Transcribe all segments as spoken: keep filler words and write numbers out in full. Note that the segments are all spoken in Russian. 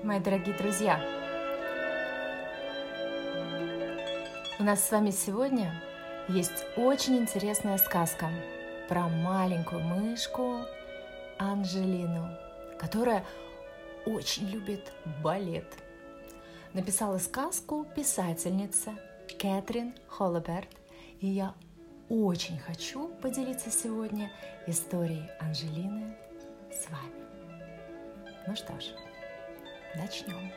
мои дорогие друзья! У нас с вами сегодня есть очень интересная сказка про маленькую мышку Анжелину, которая очень любит балет. Написала сказку писательница Кэтрин Холлеберт, и я очень хочу поделиться сегодня историей Анжелины с вами. Ну что ж, начнем.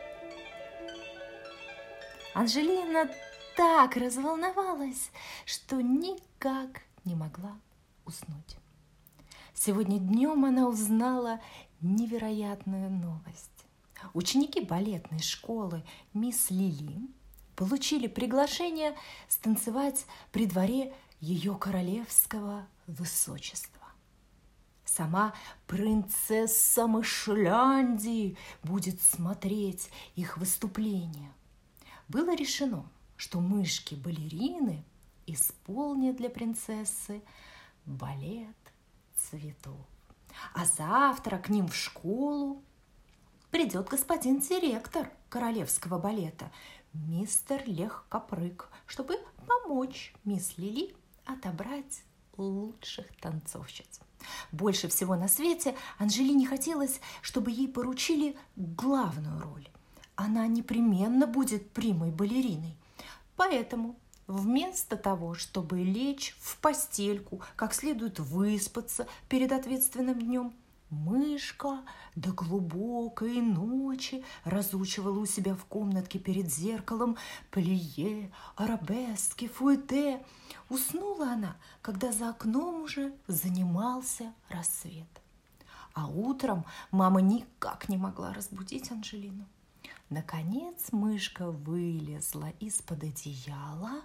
Анжелина так разволновалась, что никак не могла уснуть. Сегодня днем она узнала невероятную новость. Ученики балетной школы мисс Лили получили приглашение станцевать при дворе ее королевского высочества. Сама принцесса Мышляндии будет смотреть их выступление. Было решено, что мышки-балерины исполнят для принцессы балет цветов. А завтра к ним в школу придет господин директор королевского балета, мистер Легкопрыг, чтобы помочь мисс Лили отобрать лучших танцовщиц. Больше всего на свете Анжелине хотелось, чтобы ей поручили главную роль. Она непременно будет примой балериной. Поэтому вместо того, чтобы лечь в постельку, как следует выспаться перед ответственным днем, мышка до глубокой ночи разучивала у себя в комнатке перед зеркалом плие, арабески, фуэте. Уснула она, когда за окном уже занимался рассвет. А утром мама никак не могла разбудить Анжелину. Наконец мышка вылезла из-под одеяла.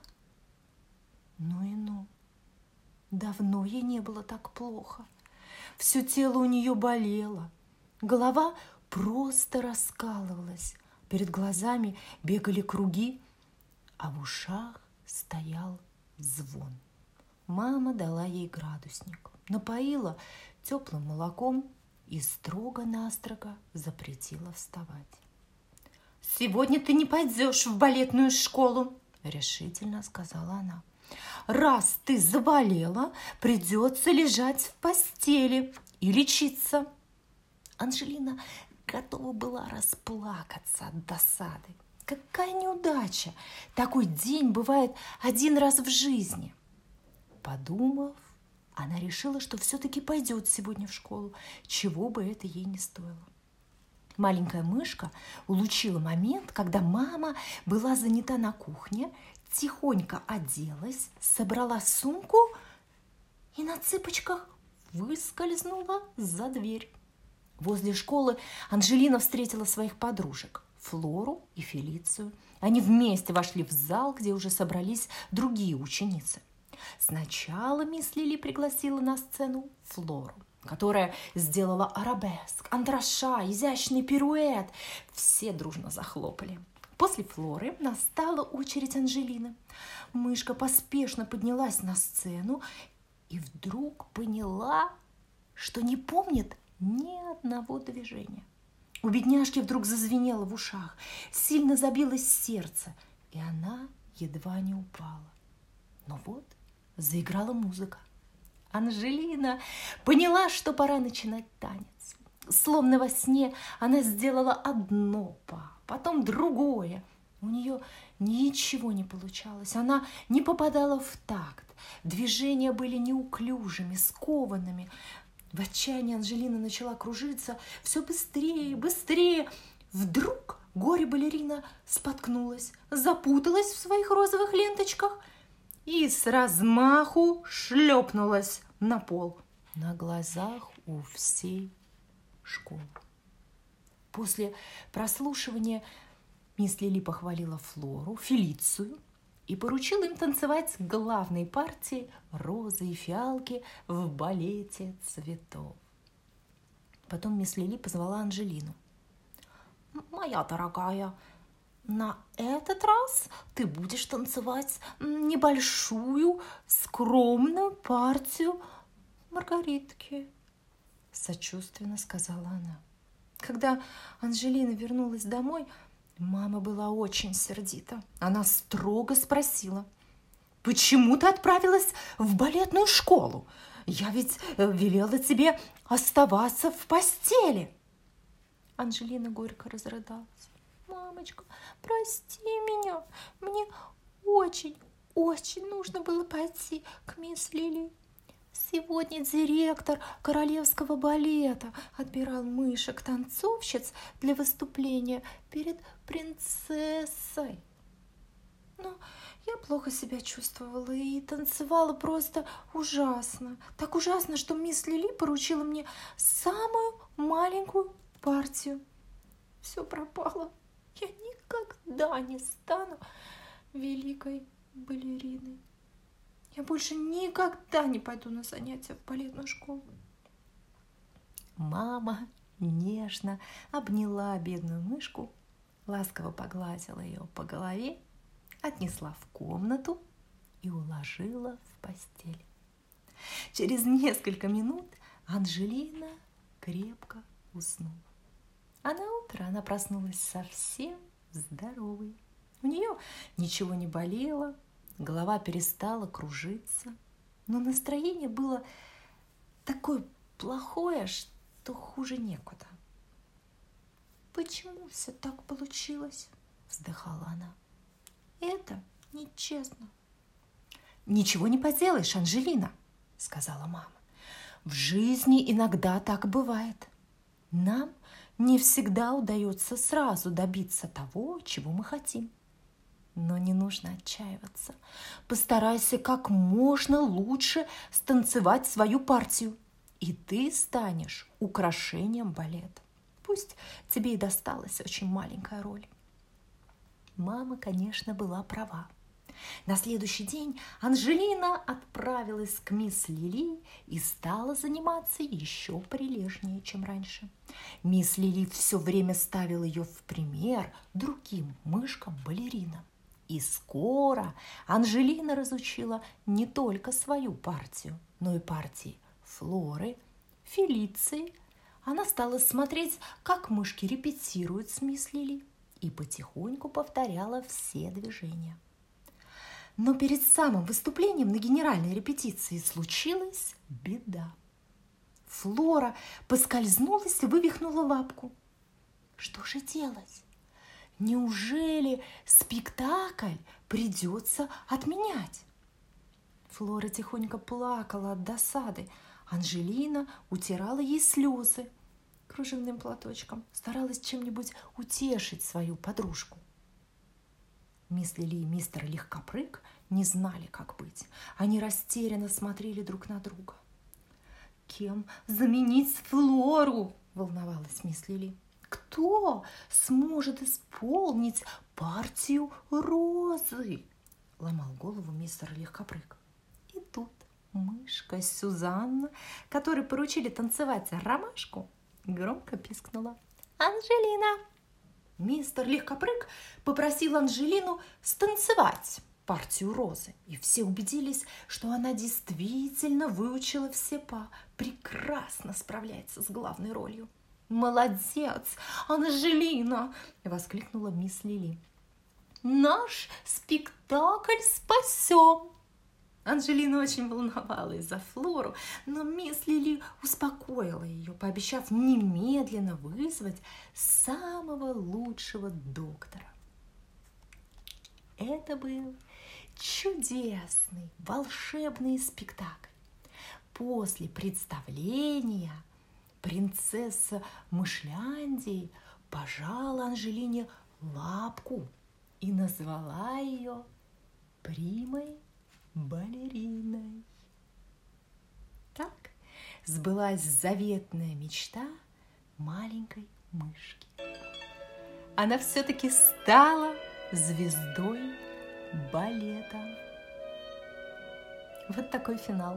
Ну и ну, давно ей не было так плохо. Все тело у нее болело, голова просто раскалывалась, перед глазами бегали круги, а в ушах стоял звон. Мама дала ей градусник, напоила теплым молоком и строго-настрого запретила вставать. «Сегодня ты не пойдешь в балетную школу», – решительно сказала она. «Раз ты заболела, придется лежать в постели и лечиться». Анжелина готова была расплакаться от досады. Какая неудача! Такой день бывает один раз в жизни. Подумав, она решила, что все-таки пойдет сегодня в школу, чего бы это ей не стоило. Маленькая мышка улучила момент, когда мама была занята на кухне, тихонько оделась, собрала сумку и на цыпочках выскользнула за дверь. Возле школы Анжелина встретила своих подружек – Флору и Фелицию. Они вместе вошли в зал, где уже собрались другие ученицы. Сначала мисс Лили пригласила на сцену Флору, которая сделала арабеск, антраша, изящный пируэт. Все дружно захлопали. После Флоры настала очередь Анжелины. Мышка поспешно поднялась на сцену и вдруг поняла, что не помнит ни одного движения. У бедняжки вдруг зазвенело в ушах, сильно забилось сердце, и она едва не упала. Но вот заиграла музыка. Анжелина поняла, что пора начинать танец. Словно во сне она сделала одно па, потом другое. У нее ничего не получалось, она не попадала в такт. Движения были неуклюжими, скованными. В отчаянии Анжелина начала кружиться все быстрее и быстрее. Вдруг горе-балерина споткнулась, запуталась в своих розовых ленточках и с размаху шлепнулась на пол на глазах у всей школы. После прослушивания мисс Лили похвалила Флору, Фелицию и поручила им танцевать главной партии розы и фиалки в балете цветов. Потом мисс Лили позвала Анжелину. «Моя дорогая, на этот раз ты будешь танцевать небольшую, скромную партию Маргаритки», – сочувственно сказала она. Когда Анжелина вернулась домой, мама была очень сердита. Она строго спросила: «Почему ты отправилась в балетную школу? Я ведь велела тебе оставаться в постели». Анжелина горько разрыдалась. «Мамочка, прости меня, мне очень, очень нужно было пойти к мисс Лили. Сегодня директор королевского балета отбирал мышек-танцовщиц для выступления перед принцессой. Но я плохо себя чувствовала и танцевала просто ужасно. Так ужасно, что мисс Лили поручила мне самую маленькую партию. Все пропало. Я никогда не стану великой балериной. Я больше никогда не пойду на занятия в балетную школу». Мама нежно обняла бедную мышку, ласково погладила ее по голове, отнесла в комнату и уложила в постель. Через несколько минут Анжелина крепко уснула. А на утро она проснулась совсем здоровой. У нее ничего не болело, голова перестала кружиться, но настроение было такое плохое, что хуже некуда. «Почему все так получилось?» – вздыхала она. «Это нечестно». «Ничего не поделаешь, Анжелина», – сказала мама. «В жизни иногда так бывает. Нам не всегда удается сразу добиться того, чего мы хотим. Но не нужно отчаиваться. Постарайся как можно лучше станцевать свою партию, и ты станешь украшением балета. Пусть тебе и досталась очень маленькая роль». Мама, конечно, была права. На следующий день Анжелина отправилась к мисс Лили и стала заниматься еще прилежнее, чем раньше. Мисс Лили все время ставила ее в пример другим мышкам-балеринам. И скоро Анжелина разучила не только свою партию, но и партии Флоры, Фелиции. Она стала смотреть, как мышки репетируют с мисс Лили, и потихоньку повторяла все движения. Но перед самым выступлением на генеральной репетиции случилась беда. Флора поскользнулась и вывихнула лапку. Что же делать? Неужели спектакль придется отменять? Флора тихонько плакала от досады. Анжелина утирала ей слезы кружевным платочком, старалась чем-нибудь утешить свою подружку. Мисс Лили и мистер Легкопрыг не знали, как быть. Они растерянно смотрели друг на друга. «Кем заменить Флору?» – волновалась мисс Лили. «Кто сможет исполнить партию Розы?» – ломал голову мистер Легкопрыг. И тут мышка Сюзанна, которой поручили танцевать ромашку, громко пискнула: «Анжелина!» Мистер Легкопрыг попросил Анжелину станцевать партию Розы, и все убедились, что она действительно выучила все па, прекрасно справляется с главной ролью. «Молодец, Анжелина!» – воскликнула мисс Лили. «Наш спектакль спасен!» Анжелина очень волновалась за Флору, но мисс Лили успокоила ее, пообещав немедленно вызвать самого лучшего доктора. Это был чудесный, волшебный спектакль. После представления принцесса Мышляндии пожала Анжелине лапку и назвала ее примой балериной. Так сбылась заветная мечта маленькой мышки. Она все-таки стала звездой балета. Вот такой финал.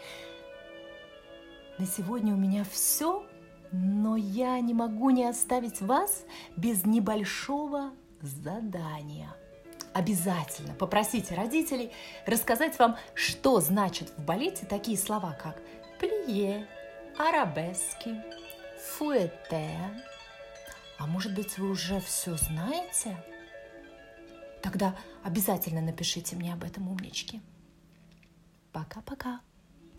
На сегодня у меня все, но я не могу не оставить вас без небольшого задания. Обязательно попросите родителей рассказать вам, что значат в балете такие слова, как плие, арабески, фуэте, А может быть, вы уже все знаете? Тогда обязательно напишите мне об этом, умнички. Пока-пока.